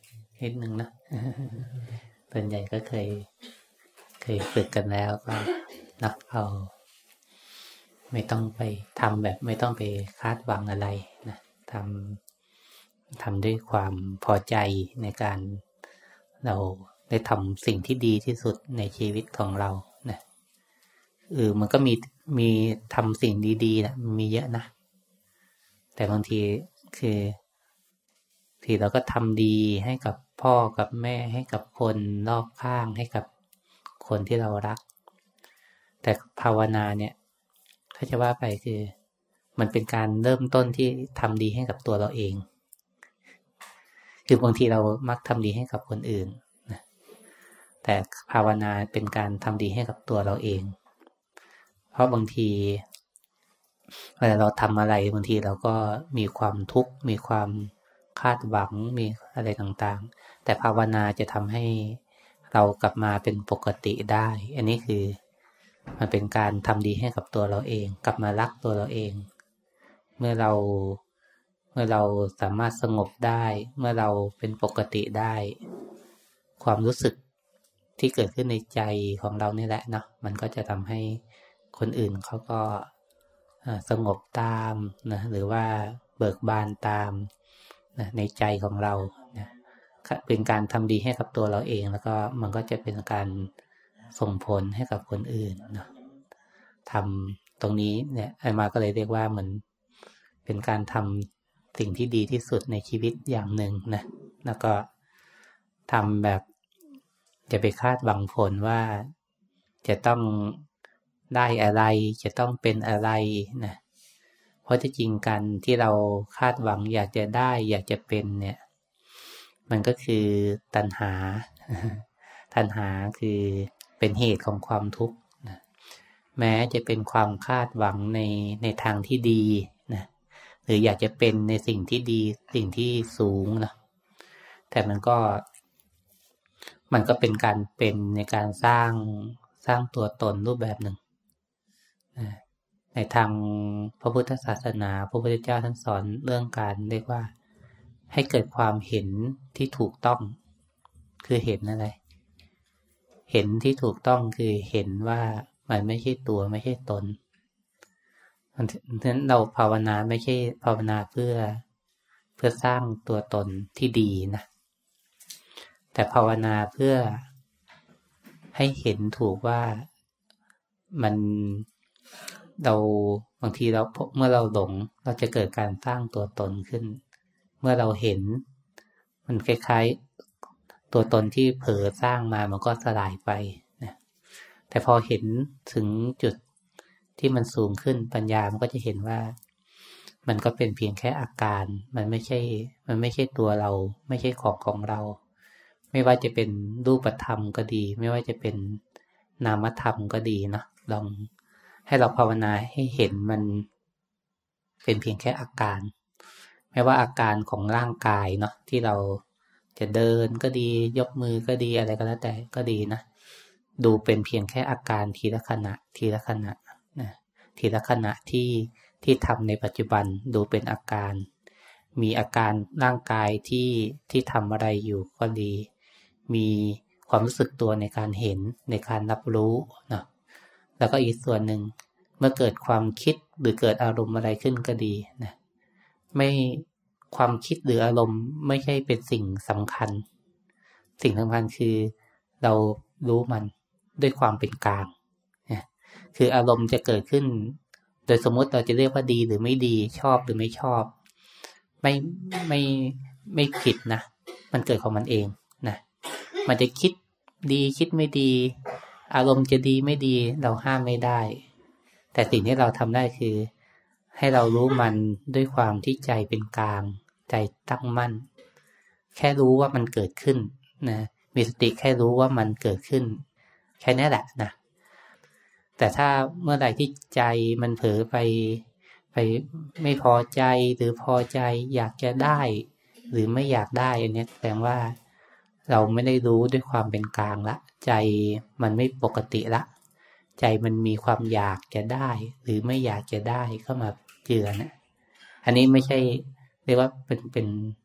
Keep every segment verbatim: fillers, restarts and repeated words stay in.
นิดนึงนะส่วนใหญ่ก็เคยเคยฝึกกันแล้วก็นับเอาไม่ต้องไปทำแบบไม่ต้องไปคาดหวังอะไรนะทำทำด้วยความพอใจในการเราได้ทำสิ่งที่ดีที่สุดในชีวิตของเรานะเออมันก็มีมีทำสิ่งดีๆนะมีเยอะนะแต่บางทีคือทีเราก็ทำดีให้กับพ่อกับแม่ให้กับคนรอบข้างให้กับคนที่เรารักแต่ภาวนาเนี่ยถ้าจะว่าไปคือมันเป็นการเริ่มต้นที่ทำดีให้กับตัวเราเองคือบางทีเรามักทำดีให้กับคนอื่นนะแต่ภาวนาเป็นการทำดีให้กับตัวเราเองเพราะบางทีเวลาเราทำอะไรบางทีเราก็มีความทุกข์มีความคาดหวังมีอะไรต่างๆแต่ภาวนาจะทำให้เรากลับมาเป็นปกติได้อันนี้คือมันเป็นการทำดีให้กับตัวเราเองกลับมารักตัวเราเองเมื่อเราเมื่อเราสามารถสงบได้เมื่อเราเป็นปกติได้ความรู้สึกที่เกิดขึ้นในใจของเรานี่แหละเนาะมันก็จะทำให้คนอื่นเขาก็สงบตามนะหรือว่าเบิกบานตามนะในใจของเรานะเป็นการทำดีให้กับตัวเราเองแล้วก็มันก็จะเป็นการส่งผลให้กับคนอื่นนะทำตรงนี้เนี่ยอาตมาก็เลยเรียกว่าเหมือนเป็นการทำสิ่งที่ดีที่สุดในชีวิตอย่างหนึ่งนะแล้วก็ทำแบบจะไปคาดหวังผลว่าจะต้องได้อะไรจะต้องเป็นอะไรนะเพราะที่จริงกันที่เราคาดหวังอยากจะได้อยากจะเป็นเนี่ยมันก็คือตัณหาตัณหาคือเป็นเหตุของความทุกข์นะแม้จะเป็นความคาดหวังในในทางที่ดีนะหรืออยากจะเป็นในสิ่งที่ดีสิ่งที่สูงนะแต่มันก็มันก็เป็นการเป็นในการสร้างสร้างตัวตนรูปแบบหนึ่งนะในทางพระพุทธศาสนาพระพุทธเจ้าท่านสอนเรื่องการเรียกว่าให้เกิดความเห็นที่ถูกต้องคือเห็นอะไรเห็นที่ถูกต้องคือเห็นว่ามันไม่ใช่ตัวไม่ใช่ตนเพราะฉะนั้นเราภาวนาไม่ใช่ภาวนาเพื่อเพื่อสร้างตัวตนที่ดีนะแต่ภาวนาเพื่อให้เห็นถูกว่ามันเราบางทีเราเมื่อเราหลงเราจะเกิดการสร้างตัวตนขึ้นเมื่อเราเห็นมันคล้ายๆตัวตนที่เผลอสร้างมามันก็สลายไปนะแต่พอเห็นถึงจุดที่มันสูงขึ้นปัญญามันก็จะเห็นว่ามันก็เป็นเพียงแค่อาการมันไม่ใช่มันไม่ใช่ตัวเราไม่ใช่ของของเราไม่ว่าจะเป็นรูปธรรมก็ดีไม่ว่าจะเป็นนามธรรมก็ดีนะลองให้เราภาวนาให้เห็นมันเป็นเพียงแค่อาการไม่ว่าอาการของร่างกายเนาะที่เราจะเดินก็ดียกมือก็ดีอะไรก็แล้วแต่ก็ดีนะดูเป็นเพียงแค่อาการทีละขณะทีละขณะนะทีละขณะที่ที่ทำในปัจจุบันดูเป็นอาการมีอาการร่างกายที่ที่ทำอะไรอยู่ก็ดีมีความรู้สึกตัวในการเห็นในการรับรู้นะแล้วก็อีกส่วนหนึ่งเมื่อเกิดความคิดหรือเกิดอารมณ์อะไรขึ้นก็ดีนะไม่ความคิดหรืออารมณ์ไม่ใช่เป็นสิ่งสำคัญสิ่งสำคัญคือเรารู้มันด้วยความเป็นกลางนะคืออารมณ์จะเกิดขึ้นโดยสมมติเราจะเรียกว่าดีหรือไม่ดีชอบหรือไม่ชอบไม่ไม่ไม่ผิดนะมันเกิดของมันเองนะมันจะคิดดีคิดไม่ดีอารมณ์จะดีไม่ดีเราห้ามไม่ได้แต่สิ่งที่เราทำได้คือให้เรารู้มันด้วยความที่ใจเป็นกลางใจตั้งมั่นแค่รู้ว่ามันเกิดขึ้นนะมีสติแค่รู้ว่ามันเกิดขึ้นแค่นี้แหละนะแต่ถ้าเมื่อใดที่ใจมันเผลอไปไปไม่พอใจหรือพอใจอยากจะได้หรือไม่อยากได้อันนี้แสดงว่าเราไม่ได้รู้ด้วยความเป็นกลางละใจมันไม่ปกติละใจมันมีความอยากจะได้หรือไม่อยากจะได้เข้ามาเจือนะอันนี้ไม่ใช่เรียกว่าเป็นเป็น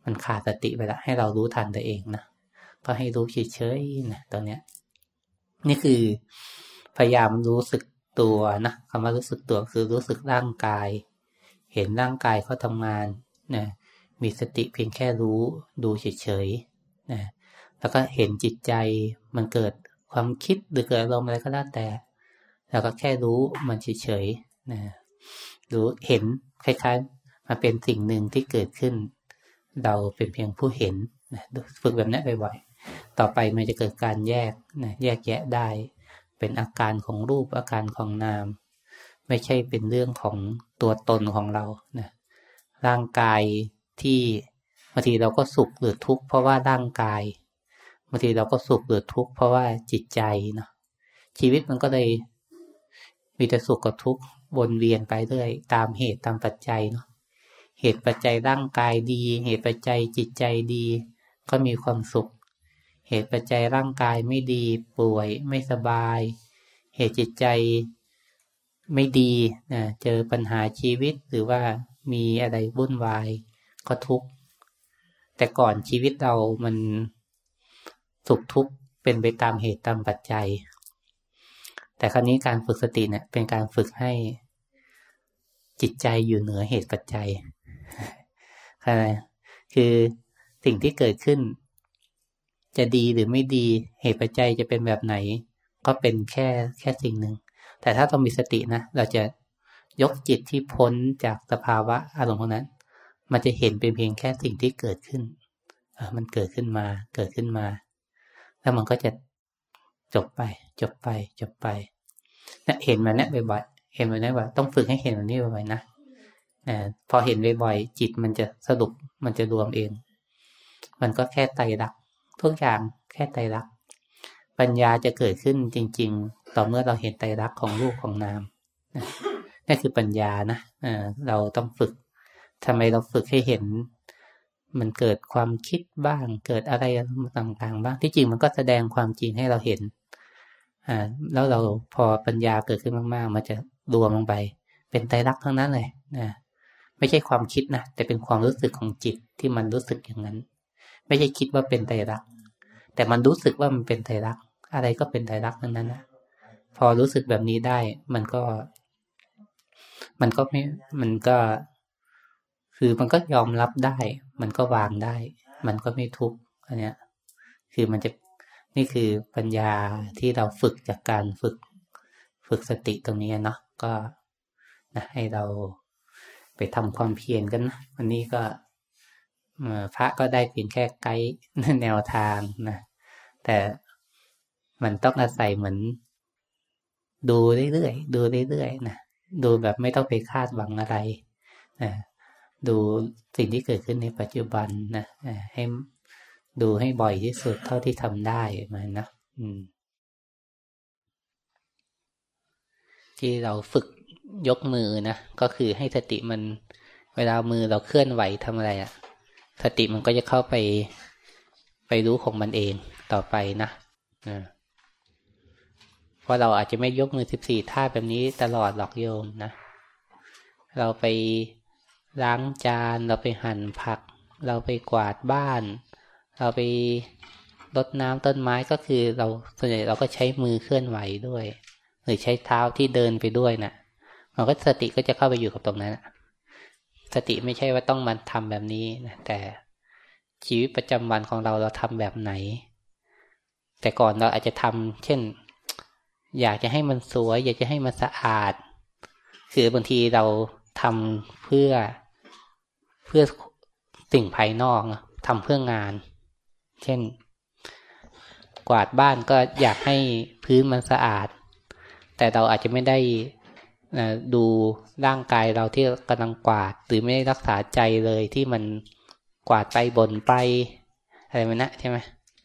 มันขาดสติไปแล้วให้เรารู้ทันตัวเองนะก็ให้รู้เฉยๆนะตอนเนี้ยนี่คือพยายามรู้สึกตัวนะคำว่ารู้สึกตัวคือรู้สึกร่างกายเห็นร่างกายเขาทำงานนะมีสติเพียงแค่รู้ดูเฉยๆนะแล้วก็เห็นจิตใจมันเกิดความคิดหรือเกิดอารมณ์อะไรก็แล้วแต่แล้วก็แค่รู้มันเฉยๆนะรู้เห็นคล้ายๆมันเป็นสิ่งหนึ่งที่เกิดขึ้นเราเป็นเพียงผู้เห็นนะฝึกแบบนี้บ่อยๆต่อไปมันจะเกิดการแยกนะแยกแยะได้เป็นอาการของรูปอาการของนามไม่ใช่เป็นเรื่องของตัวตนของเรานะร่างกายที่บางทีเราก็สุขหรือทุกข์เพราะว่าร่างกายบางทีเราก็สุขหรือทุกข์เพราะว่าจิตใจเนาะชีวิตมันก็เลยมีแต่สุขกับทุกข์วนเวียนไปเรื่อยตามเหตุตามปัจจัยเนาะเหตุปัจจัยร่างกายดีเหตุปัจจัยจิตใจดีก็มีความสุขเหตุปัจจัยร่างกายไม่ดีป่วยไม่สบายเหตุจิตใจไม่ดีนะเจอปัญหาชีวิตหรือว่ามีอะไรวุ่นวายก็ทุกข์แต่ก่อนชีวิตเรามันสุขทุกข์เป็นไปตามเหตุตามปัจจัยแต่คราวนี้การฝึกสติเนี่ยเป็นการฝึกให้จิตใจอยู่เหนือเหตุปัจจัยคือสิ่งที่เกิดขึ้นจะดีหรือไม่ดีเหตุปัจจัยจะเป็นแบบไหนก็เป็นแค่แค่สิ่งหนึ่งแต่ถ้าเรามีสตินะเราจะยกจิตที่พ้นจากสภาวะอารมณ์พวกนั้นมันจะเห็นเป็นเพียงแค่สิ่งที่เกิดขึ้นเออมันเกิดขึ้นมาเกิดขึ้นมาแล้วมันก็จะจบไปจบไปจบไปเนี่ยเห็นมันเนี่ยบ่อยๆเห็นมันเนี่ยบ่อยต้องฝึกให้เห็นมันนี่บ่อยๆนะอ่าพอเห็นบ่อยๆจิตมันจะสรุปมันจะรวมเองมันก็แค่ไตรลักษณ์ทุกอย่างแค่ไตรลักษณ์ปัญญาจะเกิดขึ้นจริงๆต่อเมื่อเราเห็นไตรลักษณ์ของรูปของนามนี่คือปัญญานะอ่าเราต้องฝึกทำไมเราฝึกให้เห็นมันเกิดความคิดบ้างเกิดอะไรต่างๆบ้างที่จริงมันก็แสดงความจริงให้เราเห็นอ่าแล้วเราพอปัญญาเกิดขึ้นมากๆมันจะรวมลงไปเป็นไตรลักษณ์ทั้งนั้นเลยนะไม่ใช่ความคิดนะแต่เป็นความรู้สึกของจิตที่มันรู้สึกอย่างนั้นไม่ใช่คิดว่าเป็นไตรลักษณ์แต่มันรู้สึกว่ามันเป็นไตรลักษณ์อะไรก็เป็นไตรลักษณ์ทั้งนั้นนะพอรู้สึกแบบนี้ได้มันก็มันก็ไม่มันก็คือมันก็ยอมรับได้มันก็วางได้มันก็ไม่ทุกข์อันเนี้ยคือมันจะนี่คือปัญญาที่เราฝึกจากการฝึกฝึกสติตรงนี้เนาะก็นะให้เราไปทำความเพียรกันนะวันนี้ก็พระก็ได้เพียงแค่ไกด์แนวทางนะแต่มันต้องอาศัยเหมือนดูเรื่อยๆดูเรื่อยๆนะดูแบบไม่ต้องไปคาดหวังอะไรนะดูสิ่งที่เกิดขึ้นในปัจจุบันนะให้ดูให้บ่อยที่สุดเท่าที่ทำได้มานะอืมที่เราฝึกยกมือนะก็คือให้สติมันเวลามือเราเคลื่อนไหวทำอะไรอะสติมันก็จะเข้าไปไปรู้ของมันเองต่อไปนะเพราะเราอาจจะไม่ยกมือสิบสี่ท่าแบบนี้ตลอดหรอกโยมนะเราไปล้างจานเราไปหั่นผักเราไปกวาดบ้านเราไปรดน้ำต้นไม้ก็คือเราส่วนใหญ่เราก็ใช้มือเคลื่อนไหวด้วยหรือใช้เท้าที่เดินไปด้วยนะมันก็สติก็จะเข้าไปอยู่กับตรงนั้นสติไม่ใช่ว่าต้องมาทำแบบนี้นะแต่ชีวิตประจำวันของเราเราทำแบบไหนแต่ก่อนเราอาจจะทำเช่นอยากจะให้มันสวยอยากจะให้มันสะอาดคือบางทีเราทำเพื่อเพื่อสิ่งภายนอกนะทำเพื่องานเช่นกวาดบ้านก็อยากให้พื้นมันสะอาดแต่เราอาจจะไม่ได้ดูร่างกายเราที่กำลังกวาดหรือไม่ได้รักษาใจเลยที่มันกวาดไปบ่นไปอะไรมันนะใช่ไหม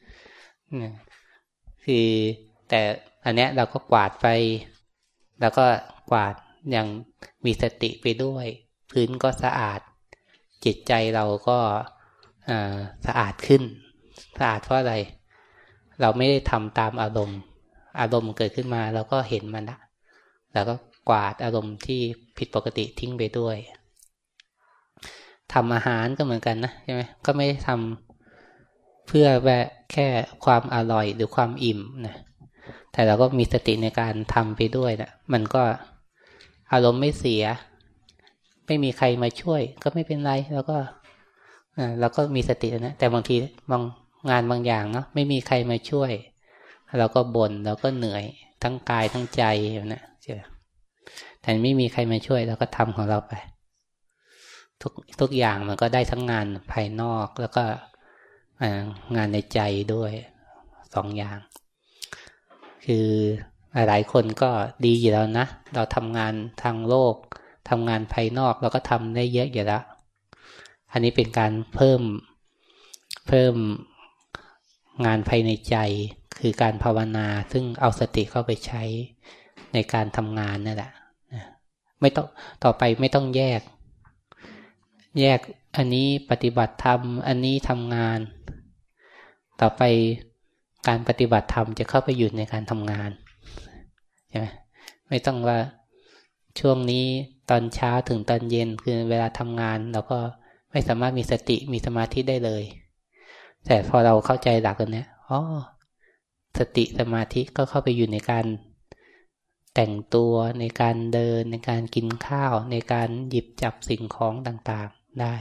คือแต่อันเนี้ยเราก็กวาดไปแล้วก็กวาดอย่างมีสติไปด้วยพื้นก็สะอาดจิตใจเราก็สะอาดขึ้นสะอาดเพราะอะไรเราไม่ได้ทำตามอารมณ์อารมณ์เกิดขึ้นมาเราก็เห็นมันละแล้วก็กวาดอารมณ์ที่ผิดปกติทิ้งไปด้วยทำอาหารก็เหมือนกันนะใช่ไหมก็ไม่ได้ทำเพื่อแบบแค่ความอร่อยหรือความอิ่มนะแต่เราก็มีสติในการทำไปด้วยนะมันก็อารมณ์ไม่เสียไม่มีใครมาช่วยก็ไม่เป็นไรแล้วก็อ่าเราก็มีสตินะแต่บางทีบางงานบางอย่างเนาะไม่มีใครมาช่วยเราก็บ่นเราก็เหนื่อยทั้งกายทั้งใจอย่างนั้นใช่แต่ไม่มีใครมาช่วยเราก็ทำของเราไปทุกทุกอย่างมันก็ได้ทั้งงานภายนอกแล้วก็งานในใจด้วยสองอย่างคือหลายคนก็ดีอยู่แล้วนะเราทำงานทางโลกทำงานภายนอกเราก็ทำได้เยอะอยู่แล้วอันนี้เป็นการเพิ่มเพิ่มงานภายในใจคือการภาวนาซึ่งเอาสติเข้าไปใช้ในการทำงานนั่นแหละไม่ต้องต่อไปไม่ต้องแยกแยกอันนี้ปฏิบัติธรรมอันนี้ทำงานต่อไปการปฏิบัติธรรมจะเข้าไปอยู่ในการทำงานใช่ไหมไม่ต้องว่าช่วงนี้ตอนเช้าถึงตอนเย็นคือเวลาทำงานเราก็ไม่สามารถมีสติมีสมาธิได้เลยแต่พอเราเข้าใจหลักตรงนี้อ๋อสติสมาธิก็เข้าไปอยู่ในการแต่งตัวในการเดินในการกินข้าวในการหยิบจับสิ่งของต่างๆได้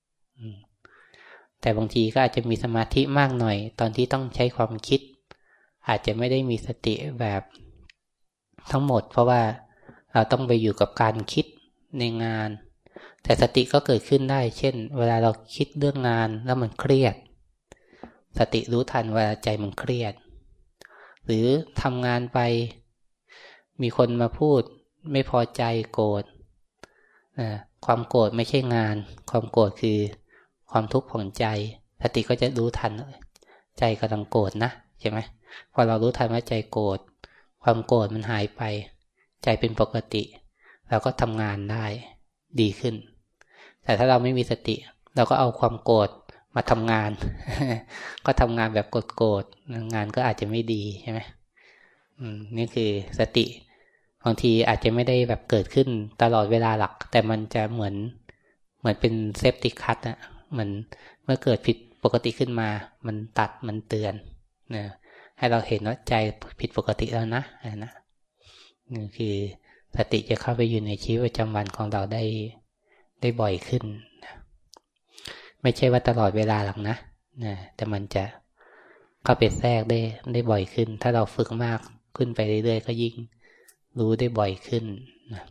แต่บางทีก็อาจจะมีสมาธิมากหน่อยตอนที่ต้องใช้ความคิดอาจจะไม่ได้มีสติแบบทั้งหมดเพราะว่าเราต้องไปอยู่กับการคิดในงานแต่สติก็เกิดขึ้นได้เช่นเวลาเราคิดเรื่องงานแล้วมันเครียดสติรู้ทันเวลาใจมันเครียดหรือทำงานไปมีคนมาพูดไม่พอใจโกรธความโกรธไม่ใช่งานความโกรธคือความทุกข์ของใจสติก็จะรู้ทันใจกำลังโกรธนะใช่ไหมพอเรารู้ทันว่าใจโกรธความโกรธมันหายไปใจเป็นปกติเราก็ทำงานได้ดีขึ้นแต่ถ้าเราไม่มีสติเราก็เอาความโกรธมาทำงาน ก็ทำงานแบบโกรธๆงานก็อาจจะไม่ดีใช่ไหมอืมนี่คือสติบางทีอาจจะไม่ได้แบบเกิดขึ้นตลอดเวลาหลักแต่มันจะเหมือนเหมือนเป็นเซฟตี้คัทนะเหมือนเมื่อเกิดผิดปกติขึ้นมามันตัดมันเตือนนะให้เราเห็นว่าใจผิดปกติแล้วนะนะนี่คือสติจะเข้าไปอยู่ในชีวิตประจำวันของเราได้ได้บ่อยขึ้นนะไม่ใช่ว่าตลอดเวลาหรอกนะนะแต่มันจะเข้าไปแทรกได้ได้บ่อยขึ้นถ้าเราฝึกมากขึ้นไปเรื่อยๆก็ยิ่งรู้ได้บ่อยขึ้นนะ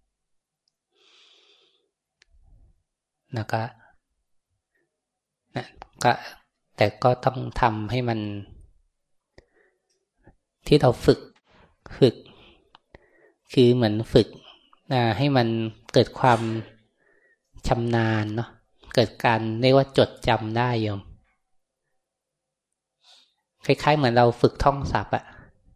แล้วก็นะก็แต่ก็ต้องทำให้มันที่เราฝึกฝึกคือเหมือนฝึกนะให้มันเกิดความชำนาญเนาะเกิดการเรียกว่าจดจำได้โยมคล้ายๆเหมือนเราฝึกท่องศัพท์อะ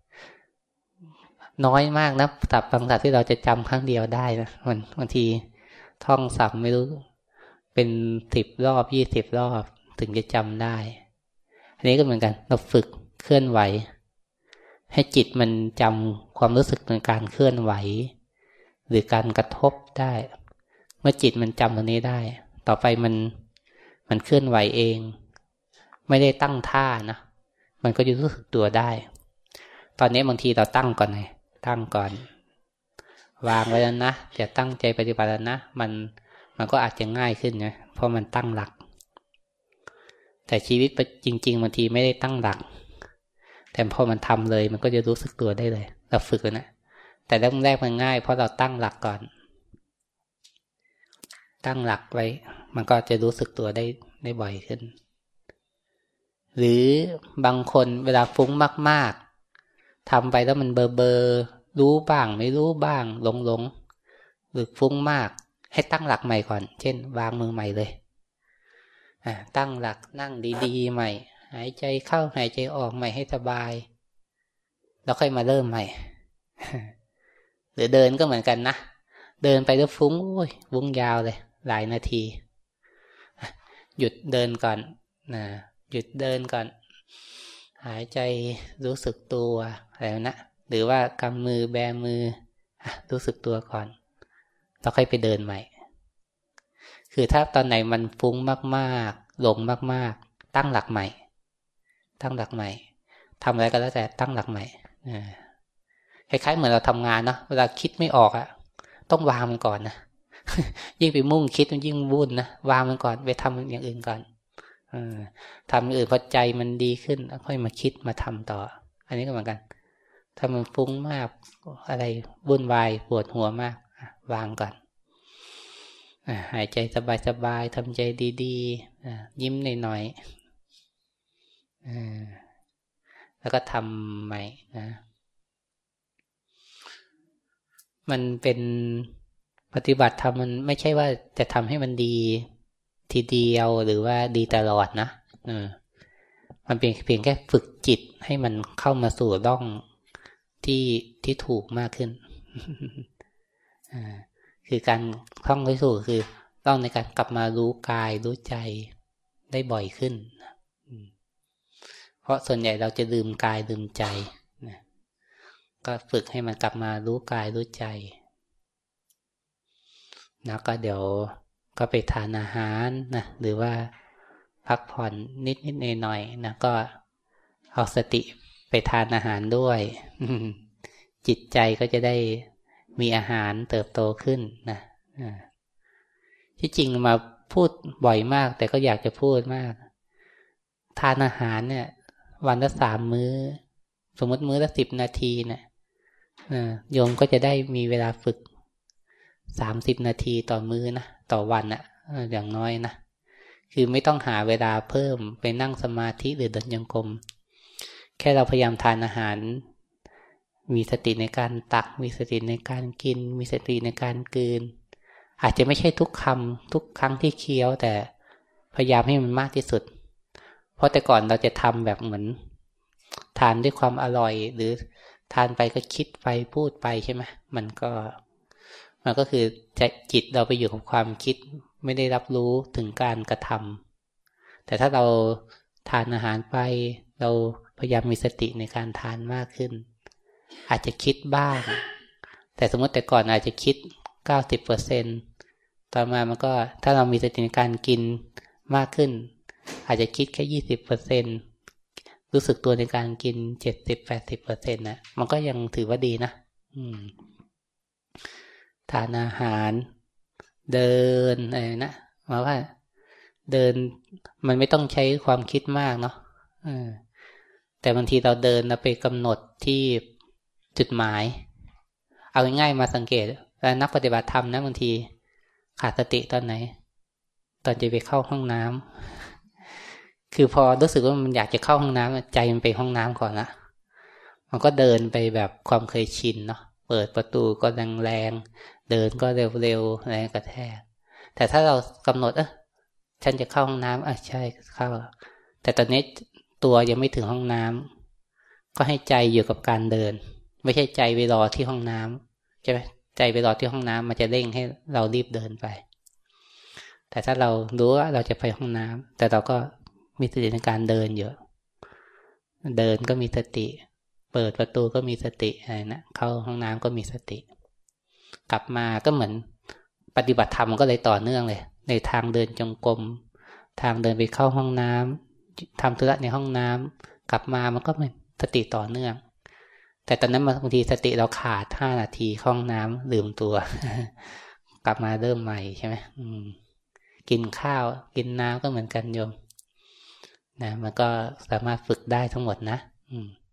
น้อยมากนะศัพท์บางศัพท์ที่เราจะจำครั้งเดียวได้นะมันบางทีท่องศัพท์ไม่รู้เป็นสิบรอบยี่สิบรอบถึงจะจำได้อันนี้ก็เหมือนกันเราฝึกเคลื่อนไหวให้จิตมันจำความรู้สึกในการเคลื่อนไหวหรือการกระทบได้เมื่อจิตมันจำตรงนี้ได้ต่อไปมันมันเคลื่อนไหวเองไม่ได้ตั้งท่านะมันก็จะรู้สึกตัวได้ตอนนี้บางทีเราตั้งก่อนไงตั้งก่อนวางไว้แล้วนะจะตั้งใจปฏิบัติแล้วนะมันมันก็อาจจะง่ายขึ้นนะเพราะมันตั้งหลักแต่ชีวิตจริงๆบางทีไม่ได้ตั้งหลักแต่พอมันทำเลยมันก็จะรู้สึกตัวได้เลยเราฝึกนะแต่แรกแรกมันง่ายเพราะเราตั้งหลักก่อนตั้งหลักไว้มันก็จะรู้สึกตัวได้ได้บ่อยขึ้นหรือบางคนเวลาฟุ้งมากๆทำไปแล้วมันเบอเบอรู้บ้างไม่รู้บ้างหลงหลงหรือฟุ้งมากให้ตั้งหลักใหม่ก่อนเช่นวางมือใหม่เลยตั้งหลักนั่งดีๆใหม่หายใจเข้าหายใจออกใหม่ให้สบายแล้วค่อยมาเริ่มใหม่ หรือเดินก็เหมือนกันนะเดินไปแล้วฟุ้งโอ้ยฟุ้งยาวเลยหลายนาทีหยุดเดินก่อนนะหยุดเดินก่อนหายใจรู้สึกตัวอะไรนะหรือว่ากำมือแบมือรู้สึกตัวก่อนแล้วค่อยไปเดินใหม่คืคือถ้าตอนไหนมันฟุ้งมากๆหลงมากๆตั้งหลักใหม่ตั้งหลักใหม่ทำอะไรก็แล้วแต่ตั้งหลักใหม่คล้ายๆเหมือนเราทำงานเนาะเวลาคิดไม่ออกอะต้องวางมันก่อนนะ ยิ่งไปมุ่งคิดมันยิ่งวุ่นนะวางมันก่อนไปทำอย่างอื่นก่อนทำอย่างอื่นพอใจมันดีขึ้นค่อยมาคิดมาทำต่ออันนี้ก็เหมือนกันถ้ามันฟุ้งมากอะไรวุ่นวายปวดหัวมากวางก่อนหายใจสบายๆทำใจดีๆยิ้มหน่อยๆแล้วก็ทำใหม่นะมันเป็นปฏิบัติธรรมมันไม่ใช่ว่าจะทำให้มันดีทีเดียวหรือว่าดีตลอดนะมันเป็นเพียงแค่ฝึกจิตให้มันเข้ามาสู่ร่องที่ที่ถูกมากขึ้น คือการท่องไปสู่คือต้องในการกลับมารู้กายรู้ใจได้บ่อยขึ้นเพราะส่วนใหญ่เราจะลืมกายลืมใจนะก็ฝึกให้มันกลับมารู้กายรู้ใจแล้วก็เดี๋ยวก็ไปทานอาหารนะหรือว่าพักผ่อนนิดนิดหน่อยหน่อยนะก็เอาสติไปทานอาหารด้วยจิตใจก็จะได้มีอาหารเติบโตขึ้นนะที่จริงมาพูดบ่อยมากแต่ก็อยากจะพูดมากทานอาหารเนี่ยวันละสามมื้อสมมติมื้อละสิบนาทีเนี่ยโยมก็จะได้มีเวลาฝึกสามสิบนาทีต่อมื้อนะต่อวันอ่ะอย่างน้อยนะคือไม่ต้องหาเวลาเพิ่มไปนั่งสมาธิหรือเดินจงกรมแค่เราพยายามทานอาหารมีสติในการตักมีสติในการกินมีสติในการกลืนอาจจะไม่ใช่ทุกคำทุกครั้งที่เคี้ยวแต่พยายามให้มันมากที่สุดเพราะแต่ก่อนเราจะทำแบบเหมือนทานด้วยความอร่อยหรือทานไปก็คิดไปพูดไปใช่ไหมมันก็มันก็คือจิตเราไปอยู่กับความคิดไม่ได้รับรู้ถึงการกระทำแต่ถ้าเราทานอาหารไปเราพยายามมีสติในการทานมากขึ้นอาจจะคิดบ้างแต่สมมติแต่ก่อนอาจจะคิด เก้าสิบเปอร์เซ็นต์ ต่อมามันก็ถ้าเรามีสติในการกินมากขึ้นอาจจะคิดแค่ ยี่สิบเปอร์เซ็นต์ รู้สึกตัวในการกิน เจ็ดสิบถึงแปดสิบเปอร์เซ็นต์ นะมันก็ยังถือว่าดีนะอืมทานอาหารเดินอะไรนะหมายว่าเดินมันไม่ต้องใช้ความคิดมากเนาะแต่บางทีเราเดินเราไปกำหนดที่จุดหมายเอาง่ายๆมาสังเกตแล้วนักปฏิบัติธรรมนะบางทีขาดสติตอนไหนตอนจะไปเข้าห้องน้ำคือพอรู้สึกว่ามันอยากจะเข้าห้องน้ำใจมันไปห้องน้ำก่อนนะมันก็เดินไปแบบความเคยชินเนาะเปิดประตูก็แรงๆเดินก็เร็วๆอะไรกระแทกแต่ถ้าเรากำหนดเออฉันจะเข้าห้องน้ำอ่ะใช่เข้าแต่ตอนนี้ตัวยังไม่ถึงห้องน้ำก็ให้ใจอยู่กับการเดินไม่ใช่ใจไปรอที่ห้องน้ำใช่ไหมใจไปรอที่ห้องน้ำมันจะเร่งให้เรารีบเดินไปแต่ถ้าเรารู้ว่าเราจะไปห้องน้ำแต่เราก็มีสติในการเดินอยู่เดินก็มีสติเปิดประตูก็มีสติอะไรนะเข้าห้องน้ำก็มีสติกลับมาก็เหมือนปฏิบัติธรรมก็เลยต่อเนื่องเลยในทางเดินจงกรมทางเดินไปเข้าห้องน้ำทำธุระในห้องน้ำกลับมามันก็เป็นสติต่อเนื่องแต่ตอนนั้นบางทีสติเราขาดห้านาทีเข้าห้องน้ำลืมตัว กลับมาเริ่มใหม่ใช่ไหมกินข้าวกินน้ำก็เหมือนกันโยมนะมันก็สามารถฝึกได้ทั้งหมดนะอืม